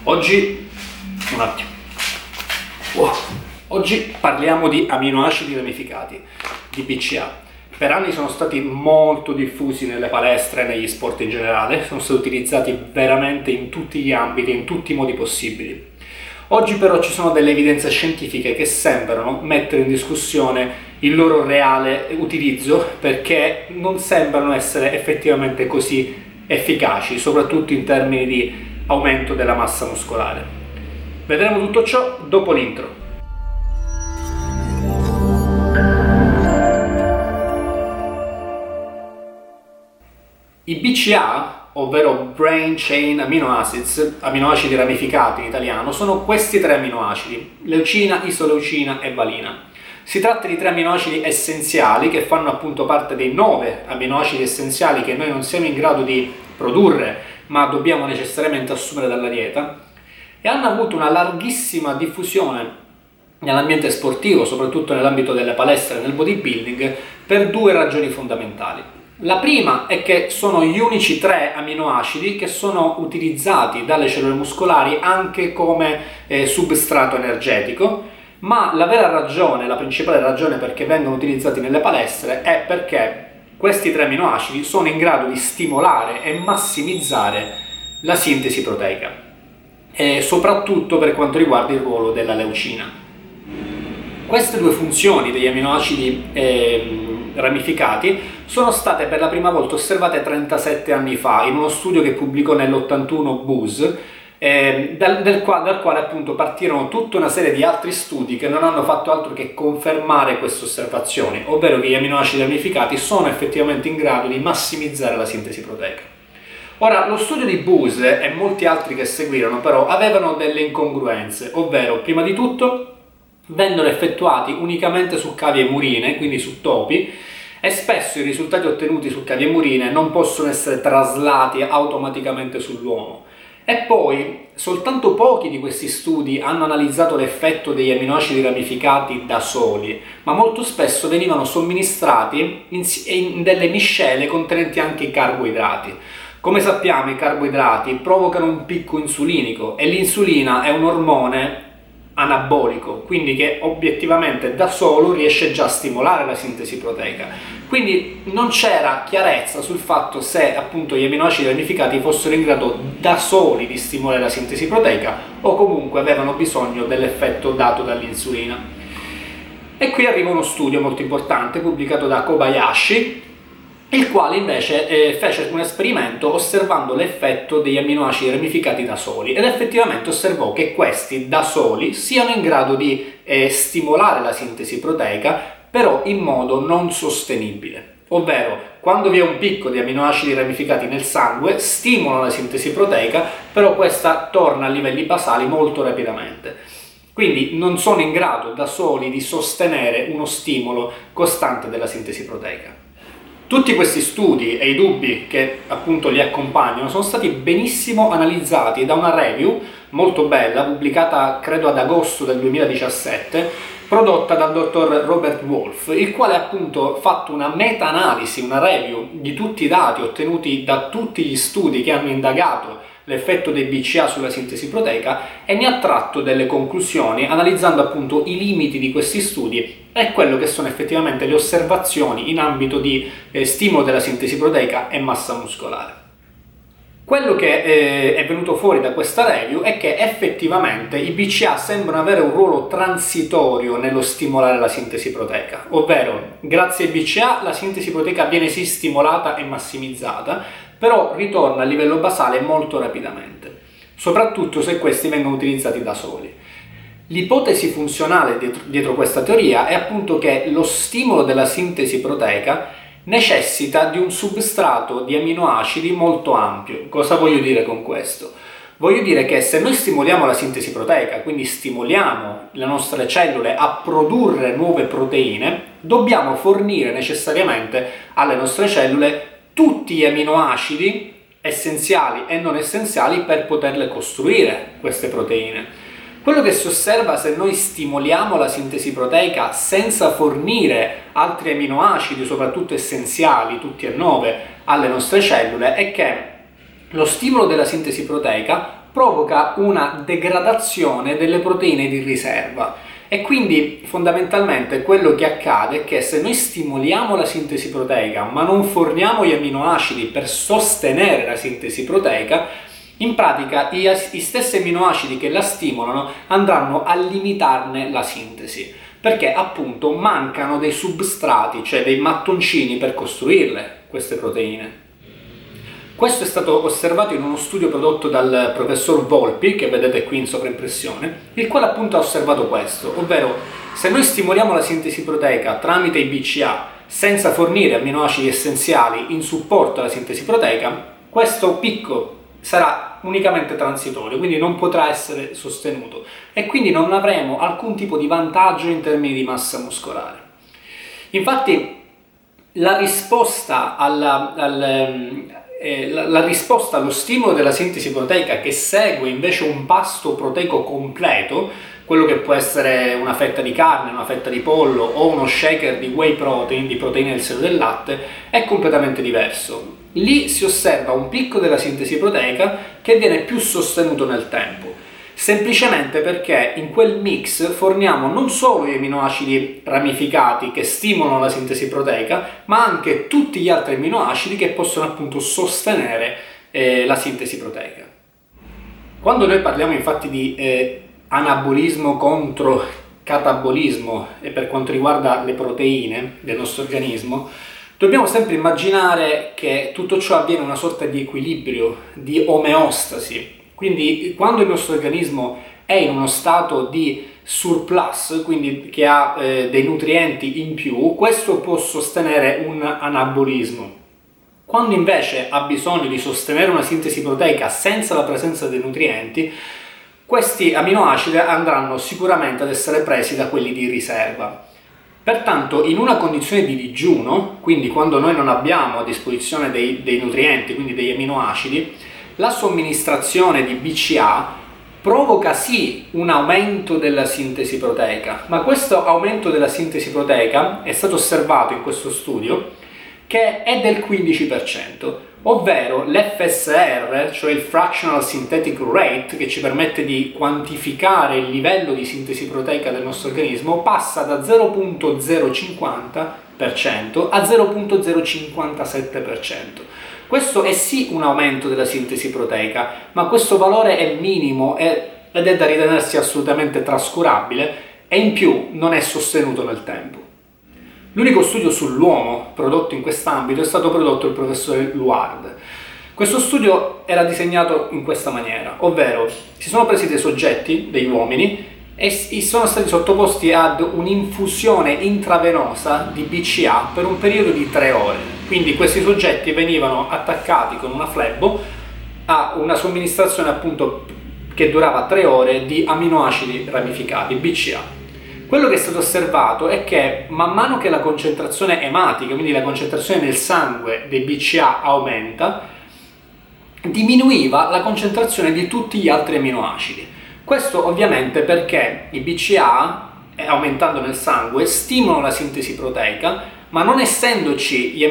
Oggi, un attimo. Oggi parliamo di aminoacidi ramificati, di BCA. Per anni sono stati molto diffusi nelle palestre e negli sport in generale, sono stati utilizzati veramente in tutti gli ambiti, in tutti i modi possibili. Oggi però ci sono delle evidenze scientifiche che sembrano mettere in discussione il loro reale utilizzo, perché non sembrano essere effettivamente così efficaci, soprattutto in termini di aumento della massa muscolare. Vedremo tutto ciò dopo l'intro. I BCA, ovvero Brain Chain Amino Acids, aminoacidi ramificati in italiano, sono questi tre aminoacidi: leucina, isoleucina e valina. Si tratta di tre aminoacidi essenziali che fanno appunto parte dei 9 aminoacidi essenziali che noi non siamo in grado di produrre, ma dobbiamo necessariamente assumere dalla dieta, e hanno avuto una larghissima diffusione nell'ambiente sportivo, soprattutto nell'ambito delle palestre e nel bodybuilding, per due ragioni fondamentali. La prima è che sono gli unici tre aminoacidi che sono utilizzati dalle cellule muscolari anche come substrato energetico, ma la vera ragione, la principale ragione perché vengono utilizzati nelle palestre è perché questi tre aminoacidi sono in grado di stimolare e massimizzare la sintesi proteica, e soprattutto per quanto riguarda il ruolo della leucina. Queste due funzioni degli aminoacidi ramificati sono state per la prima volta osservate 37 anni fa in uno studio che pubblicò nell'81 Booz, dal quale appunto partirono tutta una serie di altri studi che non hanno fatto altro che confermare queste osservazioni, ovvero che gli aminoacidi ramificati sono effettivamente in grado di massimizzare la sintesi proteica. Ora, lo studio di Booz e molti altri che seguirono però avevano delle incongruenze, ovvero, prima di tutto, vennero effettuati unicamente su cavie murine, quindi su topi, e spesso i risultati ottenuti su cavie murine non possono essere traslati automaticamente sull'uomo. E poi soltanto pochi di questi studi hanno analizzato l'effetto degli aminoacidi ramificati da soli, ma molto spesso venivano somministrati in delle miscele contenenti anche i carboidrati. Come sappiamo, i carboidrati provocano un picco insulinico e l'insulina è un ormone anabolico, quindi che obiettivamente da solo riesce già a stimolare la sintesi proteica. Quindi non c'era chiarezza sul fatto se appunto gli aminoacidi ramificati fossero in grado da soli di stimolare la sintesi proteica o comunque avevano bisogno dell'effetto dato dall'insulina. E qui arriva uno studio molto importante pubblicato da Kobayashi, il quale invece fece un esperimento osservando l'effetto degli aminoacidi ramificati da soli, ed effettivamente osservò che questi da soli siano in grado di stimolare la sintesi proteica, però in modo non sostenibile. Ovvero, quando vi è un picco di aminoacidi ramificati nel sangue, stimolano la sintesi proteica, però questa torna a livelli basali molto rapidamente. Quindi non sono in grado da soli di sostenere uno stimolo costante della sintesi proteica. Tutti questi studi e i dubbi che appunto li accompagnano sono stati benissimo analizzati da una review molto bella, pubblicata credo ad agosto del 2017, prodotta dal dottor Robert Wolf, il quale ha appunto fatto una meta-analisi, una review di tutti i dati ottenuti da tutti gli studi che hanno indagato l'effetto dei BCA sulla sintesi proteica, e ne ha tratto delle conclusioni analizzando appunto i limiti di questi studi e quello che sono effettivamente le osservazioni in ambito di stimolo della sintesi proteica e massa muscolare. Quello che è venuto fuori da questa review è che effettivamente i BCA sembrano avere un ruolo transitorio nello stimolare la sintesi proteica, ovvero grazie ai BCA la sintesi proteica viene sì stimolata e massimizzata, però ritorna a livello basale molto rapidamente, soprattutto se questi vengono utilizzati da soli. L'ipotesi funzionale dietro questa teoria è appunto che lo stimolo della sintesi proteica necessita di un substrato di aminoacidi molto ampio. Cosa voglio dire con questo? Voglio dire che se noi stimoliamo la sintesi proteica, quindi stimoliamo le nostre cellule a produrre nuove proteine, dobbiamo fornire necessariamente alle nostre cellule tutti gli aminoacidi essenziali e non essenziali per poterle costruire queste proteine. Quello che si osserva se noi stimoliamo la sintesi proteica senza fornire altri aminoacidi, soprattutto essenziali, tutti e 9, alle nostre cellule, è che lo stimolo della sintesi proteica provoca una degradazione delle proteine di riserva. E quindi fondamentalmente quello che accade è che se noi stimoliamo la sintesi proteica ma non forniamo gli amminoacidi per sostenere la sintesi proteica, in pratica gli stessi amminoacidi che la stimolano andranno a limitarne la sintesi, perché appunto mancano dei substrati, cioè dei mattoncini per costruirle queste proteine. Questo è stato osservato in uno studio prodotto dal professor Volpi, che vedete qui in sovraimpressione, il quale appunto ha osservato questo, ovvero se noi stimoliamo la sintesi proteica tramite i BCA senza fornire amminoacidi essenziali in supporto alla sintesi proteica, questo picco sarà unicamente transitorio, quindi non potrà essere sostenuto e quindi non avremo alcun tipo di vantaggio in termini di massa muscolare. Infatti la risposta allo stimolo della sintesi proteica che segue invece un pasto proteico completo, quello che può essere una fetta di carne, una fetta di pollo o uno shaker di whey protein, di proteine del seno del latte, è completamente diverso. Lì si osserva un picco della sintesi proteica che viene più sostenuto nel tempo, semplicemente perché in quel mix forniamo non solo gli amminoacidi ramificati che stimolano la sintesi proteica, ma anche tutti gli altri amminoacidi che possono appunto sostenere la sintesi proteica. Quando noi parliamo infatti di anabolismo contro catabolismo e per quanto riguarda le proteine del nostro organismo, dobbiamo sempre immaginare che tutto ciò avviene in una sorta di equilibrio, di omeostasi. Quindi quando il nostro organismo è in uno stato di surplus, quindi che ha dei nutrienti in più, questo può sostenere un anabolismo. Quando invece ha bisogno di sostenere una sintesi proteica senza la presenza dei nutrienti, questi amminoacidi andranno sicuramente ad essere presi da quelli di riserva. Pertanto in una condizione di digiuno, quindi quando noi non abbiamo a disposizione dei nutrienti, quindi degli amminoacidi, la somministrazione di BCA provoca sì un aumento della sintesi proteica, ma questo aumento della sintesi proteica è stato osservato in questo studio che è del 15%, ovvero l'FSR, cioè il Fractional Synthetic Rate, che ci permette di quantificare il livello di sintesi proteica del nostro organismo, passa da 0,050% a 0,057%. Questo è sì un aumento della sintesi proteica, ma questo valore è minimo ed è da ritenersi assolutamente trascurabile e in più non è sostenuto nel tempo. L'unico studio sull'uomo prodotto in quest'ambito è stato prodotto dal professore Luard. Questo studio era disegnato in questa maniera, ovvero si sono presi dei soggetti, degli uomini, e sono stati sottoposti ad un'infusione intravenosa di BCA per un periodo di 3 ore. Quindi questi soggetti venivano attaccati con una flebo a una somministrazione appunto che durava 3 ore di amminoacidi ramificati, BCA. Quello che è stato osservato è che man mano che la concentrazione ematica, quindi la concentrazione nel sangue dei BCA aumenta, diminuiva la concentrazione di tutti gli altri amminoacidi. Questo ovviamente perché i BCA, aumentando nel sangue, stimolano la sintesi proteica, ma non essendoci gli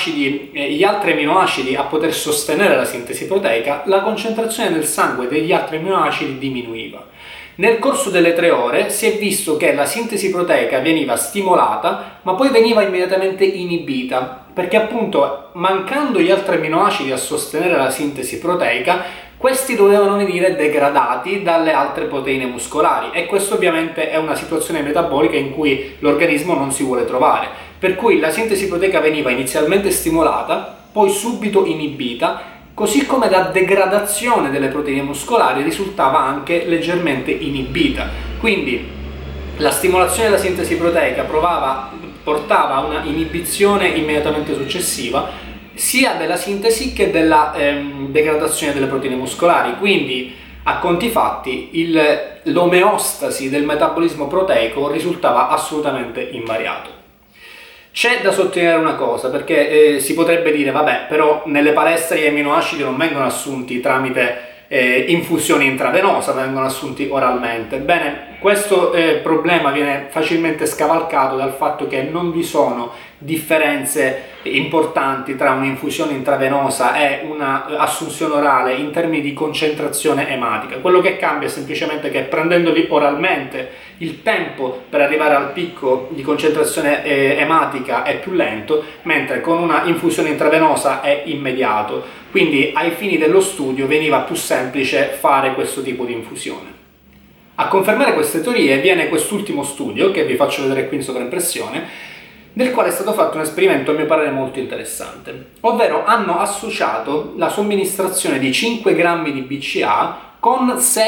altri amminoacidi a poter sostenere la sintesi proteica, la concentrazione nel sangue degli altri amminoacidi diminuiva. Nel corso delle 3 ore si è visto che la sintesi proteica veniva stimolata, ma poi veniva immediatamente inibita, perché appunto mancando gli altri amminoacidi a sostenere la sintesi proteica, questi dovevano venire degradati dalle altre proteine muscolari e questo ovviamente è una situazione metabolica in cui l'organismo non si vuole trovare, per cui la sintesi proteica veniva inizialmente stimolata, poi subito inibita, così come la degradazione delle proteine muscolari risultava anche leggermente inibita. Quindi la stimolazione della sintesi proteica portava a una inibizione immediatamente successiva sia della sintesi che della degradazione delle proteine muscolari. Quindi a conti fatti l'omeostasi del metabolismo proteico risultava assolutamente invariato. C'è da sottolineare una cosa, perché si potrebbe dire, vabbè, però nelle palestre gli amminoacidi non vengono assunti tramite infusione intravenosa, vengono assunti oralmente. Bene, questo problema viene facilmente scavalcato dal fatto che non vi sono differenze importanti tra un'infusione intravenosa e un'assunzione orale in termini di concentrazione ematica. Quello che cambia è semplicemente che prendendoli oralmente il tempo per arrivare al picco di concentrazione ematica è più lento, mentre con una infusione intravenosa è immediato. Quindi ai fini dello studio veniva più semplice fare questo tipo di infusione. A confermare queste teorie viene quest'ultimo studio, che vi faccio vedere qui in sovraimpressione, nel quale è stato fatto un esperimento a mio parere molto interessante, ovvero hanno associato la somministrazione di 5 grammi di BCA con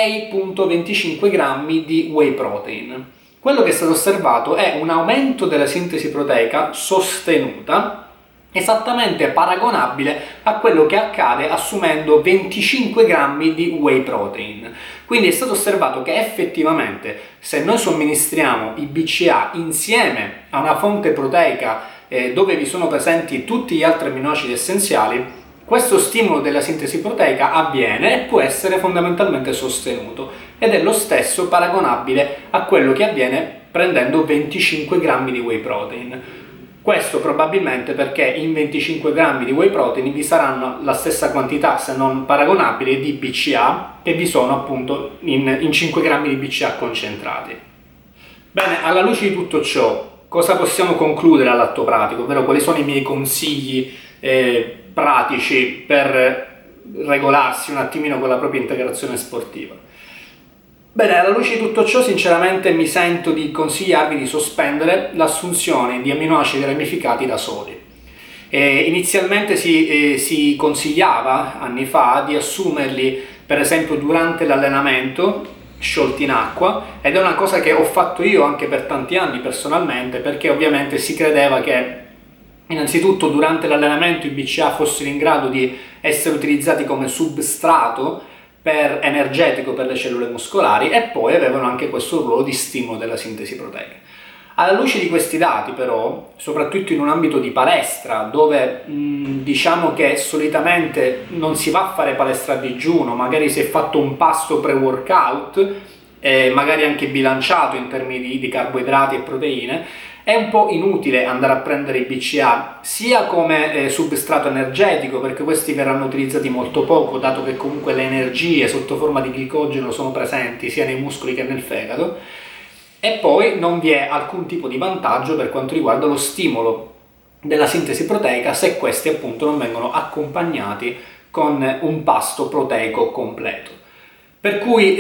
6,25 grammi di whey protein. Quello che è stato osservato è un aumento della sintesi proteica sostenuta, esattamente paragonabile a quello che accade assumendo 25 grammi di whey protein. Quindi è stato osservato che effettivamente se noi somministriamo i BCA insieme a una fonte proteica dove vi sono presenti tutti gli altri amminoacidi essenziali, questo stimolo della sintesi proteica avviene e può essere fondamentalmente sostenuto, ed è lo stesso paragonabile a quello che avviene prendendo 25 grammi di whey protein. Questo probabilmente perché in 25 grammi di whey protein vi saranno la stessa quantità, se non paragonabile, di BCA che vi sono appunto in 5 grammi di BCA concentrati. Bene, alla luce di tutto ciò, cosa possiamo concludere all'atto pratico, ovvero quali sono i miei consigli pratici per regolarsi un attimino con la propria integrazione sportiva? Bene, alla luce di tutto ciò sinceramente mi sento di consigliarvi di sospendere l'assunzione di amminoacidi ramificati da soli. Inizialmente si consigliava anni fa di assumerli per esempio durante l'allenamento sciolti in acqua, ed è una cosa che ho fatto io anche per tanti anni personalmente, perché ovviamente si credeva che innanzitutto durante l'allenamento i BCA fossero in grado di essere utilizzati come substrato energetico per le cellule muscolari, e poi avevano anche questo ruolo di stimolo della sintesi proteica. Alla luce di questi dati però, soprattutto in un ambito di palestra dove diciamo che solitamente non si va a fare palestra a digiuno, magari si è fatto un pasto pre-workout magari anche bilanciato in termini di carboidrati e proteine, è un po' inutile andare a prendere i BCA sia come substrato energetico, perché questi verranno utilizzati molto poco, dato che comunque le energie sotto forma di glicogeno sono presenti sia nei muscoli che nel fegato, e poi non vi è alcun tipo di vantaggio per quanto riguarda lo stimolo della sintesi proteica se questi appunto non vengono accompagnati con un pasto proteico completo. Per cui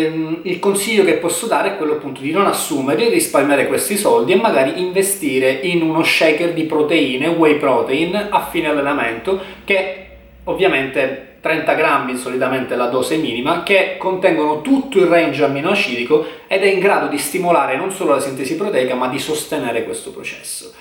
il consiglio che posso dare è quello appunto di non assumere, di risparmiare questi soldi e magari investire in uno shaker di proteine, whey protein, a fine allenamento, che ovviamente 30 grammi solitamente è la dose minima, che contengono tutto il range amminoacidico ed è in grado di stimolare non solo la sintesi proteica ma di sostenere questo processo.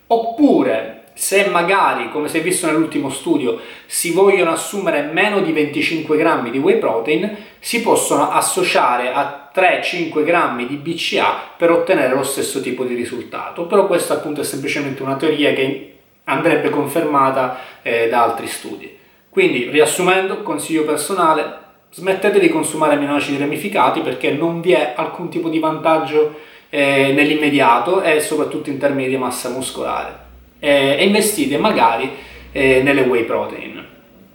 Oppure, se magari, come si è visto nell'ultimo studio, si vogliono assumere meno di 25 grammi di whey protein, si possono associare a 3-5 grammi di BCA per ottenere lo stesso tipo di risultato. Però questa appunto è semplicemente una teoria che andrebbe confermata da altri studi. Quindi, riassumendo, consiglio personale: smettete di consumare amminoacidi ramificati perché non vi è alcun tipo di vantaggio nell'immediato e soprattutto in termini di massa muscolare, e investite magari nelle whey protein.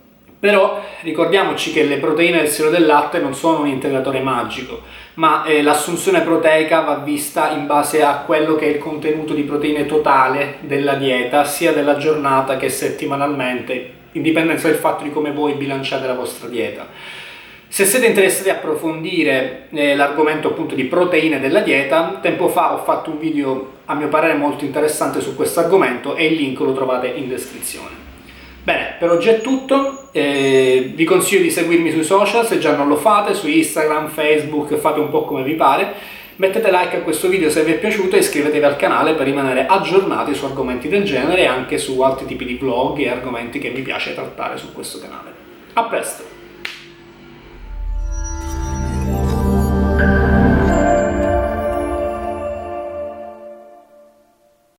Però ricordiamoci che le proteine del siero del latte non sono un integratore magico, ma l'assunzione proteica va vista in base a quello che è il contenuto di proteine totale della dieta, sia della giornata che settimanalmente, in dipendenza del fatto di come voi bilanciate la vostra dieta. Se siete interessati a approfondire l'argomento appunto di proteine della dieta, tempo fa ho fatto un video a mio parere molto interessante su questo argomento e il link lo trovate in descrizione. Bene, per oggi è tutto, vi consiglio di seguirmi sui social se già non lo fate, su Instagram, Facebook, fate un po' come vi pare, mettete like a questo video se vi è piaciuto e iscrivetevi al canale per rimanere aggiornati su argomenti del genere e anche su altri tipi di vlog e argomenti che mi piace trattare su questo canale. A presto!